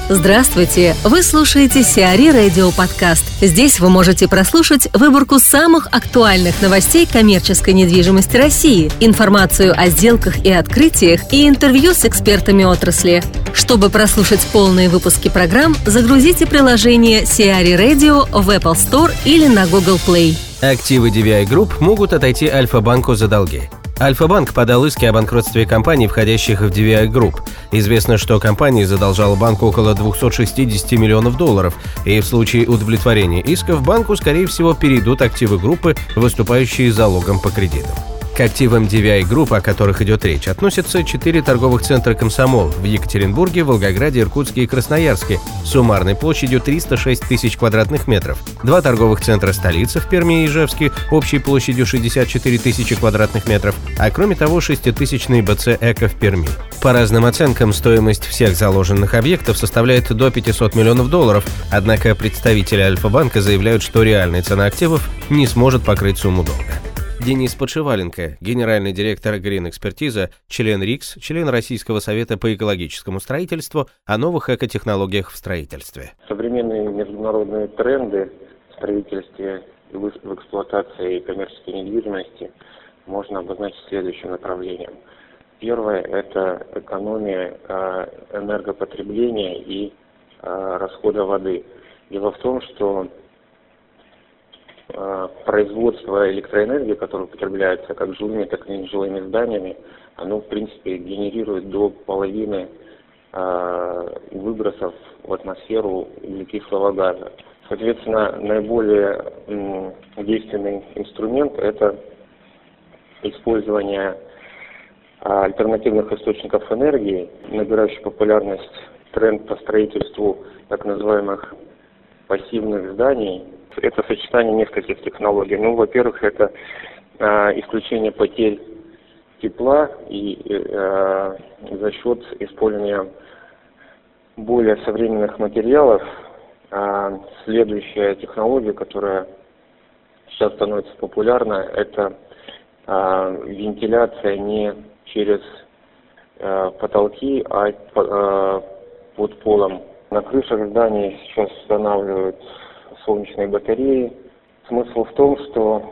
Здравствуйте! Вы слушаете Сиари Радио Подкаст. Здесь вы можете прослушать выборку самых актуальных новостей коммерческой недвижимости России, информацию о сделках и открытиях и интервью с экспертами отрасли. Чтобы прослушать полные выпуски программ, загрузите приложение Сиари Radio в Apple Store или на Google Play. Активы DVI Group могут отойти Альфа-банку за долги. Альфа-банк подал иски о банкротстве компаний, входящих в DVI Group. Известно, что компания задолжала банку около $260 миллионов, и в случае удовлетворения исков банку, скорее всего, перейдут активы группы, выступающие залогом по кредитам. К активам DVI Group, о которых идет речь, относятся 4 торговых центра «Комсомол» в Екатеринбурге, Волгограде, Иркутске и Красноярске с суммарной площадью 306 тысяч квадратных метров, 2 торговых центра «Столица» в Перми и Ижевске общей площадью 64 тысячи квадратных метров, а кроме того 6-тысячный БЦ «Эко» в Перми. По разным оценкам, стоимость всех заложенных объектов составляет до $500 миллионов, однако представители Альфа-банка заявляют, что реальная цена активов не сможет покрыть сумму долга. Денис Подшиваленко, генеральный директор Грин-экспертиза, член РИКС, член Российского совета по экологическому строительству, о новых экотехнологиях в строительстве. Современные международные тренды в строительстве и в эксплуатации коммерческой недвижимости можно обозначить следующим направлением. Первое – это экономия энергопотребления и расхода воды. Дело в том, что производство электроэнергии, которое употребляется как жилыми, так и нежилыми зданиями, оно, в принципе, генерирует до половины выбросов в атмосферу углекислого газа. Соответственно, наиболее действенный инструмент – это использование альтернативных источников энергии, набирающий популярность тренд по строительству так называемых пассивных зданий. Это сочетание нескольких технологий. Во-первых, это исключение потерь тепла и за счет использования более современных материалов. Следующая технология, которая сейчас становится популярна, это вентиляция не через потолки, а под полом. На крышах зданий сейчас устанавливают солнечные батареи. Смысл в том, что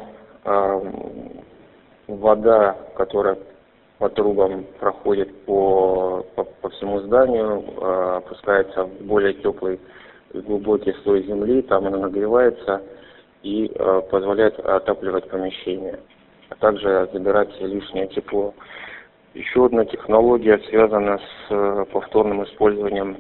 вода, которая по трубам проходит по всему зданию, опускается в более теплый и глубокий слой земли, там она нагревается и позволяет отапливать помещение, а также забирать лишнее тепло. Еще одна технология связана с повторным использованием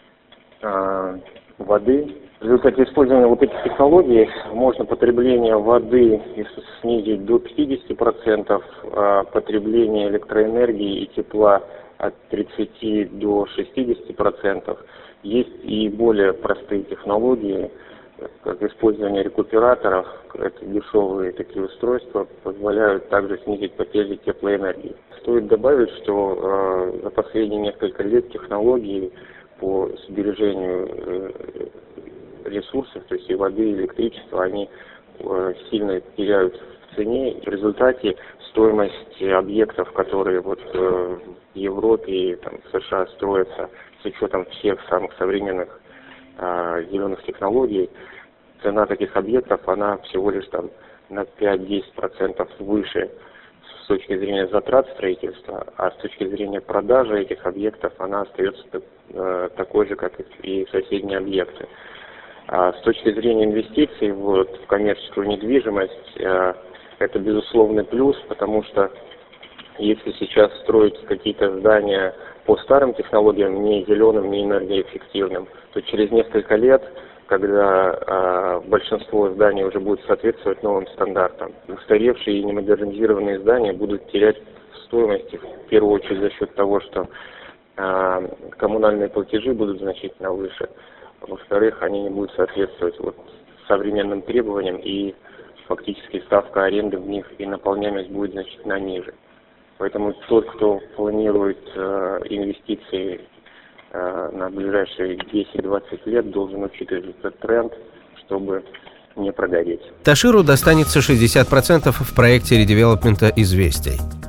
воды. В результате использования вот этих технологий можно потребление воды снизить до 50%, а потребление электроэнергии и тепла от 30 до 60%. Есть и более простые технологии, как использование рекуператоров. Это дешевые такие устройства, позволяют также снизить потери теплоэнергии. Стоит добавить, что за последние несколько лет технологии по сбережению ресурсов, то есть и воды, и электричества, они сильно теряют в цене. В результате стоимость объектов, которые в Европе и в США строятся с учетом всех самых современных зеленых технологий, цена таких объектов, она всего лишь на 5-10% выше с точки зрения затрат строительства, а с точки зрения продажи этих объектов она остается такой же, как и соседние объекты. А с точки зрения инвестиций в коммерческую недвижимость, это безусловный плюс, потому что если сейчас строить какие-то здания по старым технологиям, не зеленым, не энергоэффективным, то через несколько лет, когда большинство зданий уже будет соответствовать новым стандартам, устаревшие и немодернизированные здания будут терять в стоимости, в первую очередь за счет того, что коммунальные платежи будут значительно выше. Во-вторых, они не будут соответствовать современным требованиям, и фактически ставка аренды в них и наполняемость будет значительно ниже. Поэтому тот, кто планирует инвестиции на ближайшие 10-20 лет, должен учитывать этот тренд, чтобы не прогореть. Таширу достанется 60% в проекте редевелопмента «Известий».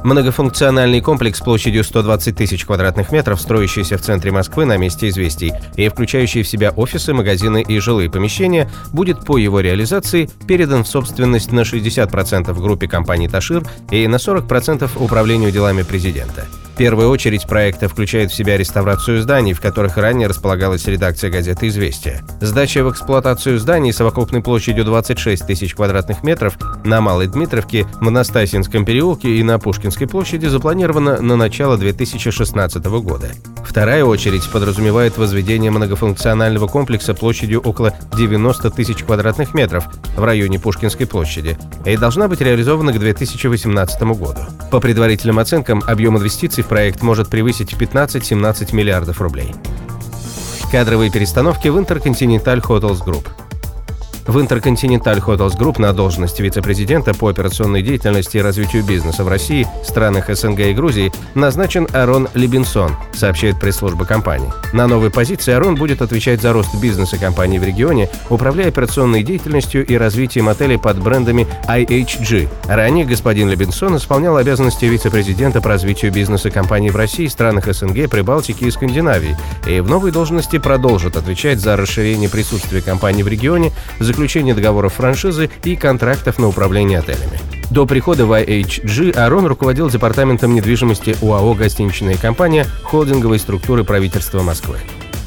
Многофункциональный комплекс площадью 120 тысяч квадратных метров, строящийся в центре Москвы на месте известий и включающий в себя офисы, магазины и жилые помещения, будет по его реализации передан в собственность на 60% группе компаний «Ташир» и на 40% управлению делами президента. Первая очередь проекта включает в себя реставрацию зданий, в которых ранее располагалась редакция газеты «Известия». Сдача в эксплуатацию зданий совокупной площадью 26 тысяч квадратных метров на Малой Дмитровке, в Настасьинском переулке и на Пушкинской площади запланирована на начало 2016 года. Вторая очередь подразумевает возведение многофункционального комплекса площадью около 90 тысяч квадратных метров в районе Пушкинской площади и должна быть реализована к 2018 году. По предварительным оценкам, объем инвестиций в проект может превысить 15-17 миллиардов рублей. Кадровые перестановки в Intercontinental Hotels Group. В Intercontinental Hotels Group на должность вице-президента по операционной деятельности и развитию бизнеса в России, странах СНГ и Грузии назначен Арон Либинсон, сообщает пресс-служба компании. На новой позиции Арон будет отвечать за рост бизнеса компании в регионе, управляя операционной деятельностью и развитием отелей под брендами IHG. Ранее господин Либинсон исполнял обязанности вице-президента по развитию бизнеса компании в России, странах СНГ, Прибалтики и Скандинавии, и в новой должности продолжит отвечать за расширение присутствия компании в регионе, заключение договоров франшизы и контрактов на управление отелями. До прихода в IHG Арон руководил департаментом недвижимости ОАО «Гостиничная компания» холдинговой структуры правительства Москвы.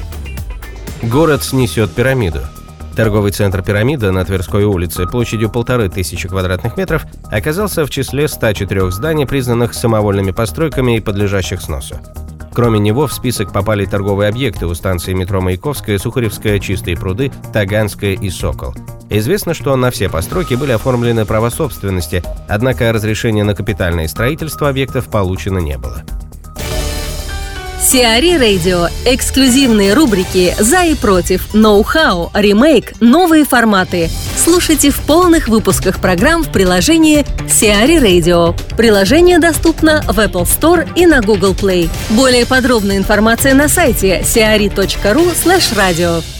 Город снесет пирамиду. Торговый центр «Пирамида» на Тверской улице площадью 1500 квадратных метров оказался в числе 104 зданий, признанных самовольными постройками и подлежащих сносу. Кроме него в список попали торговые объекты у станций метро Маяковская, Сухаревская, Чистые пруды, Таганская и Сокол. Известно, что на все постройки были оформлены права собственности, однако разрешение на капитальное строительство объектов получено не было. Сиари Радио. Эксклюзивные рубрики «За и против», «Ноу-хау», «Ремейк», «Новые форматы». Слушайте в полных выпусках программ в приложении Сиари Radio. Приложение доступно в Apple Store и на Google Play. Более подробная информация на сайте siari.ru/radio.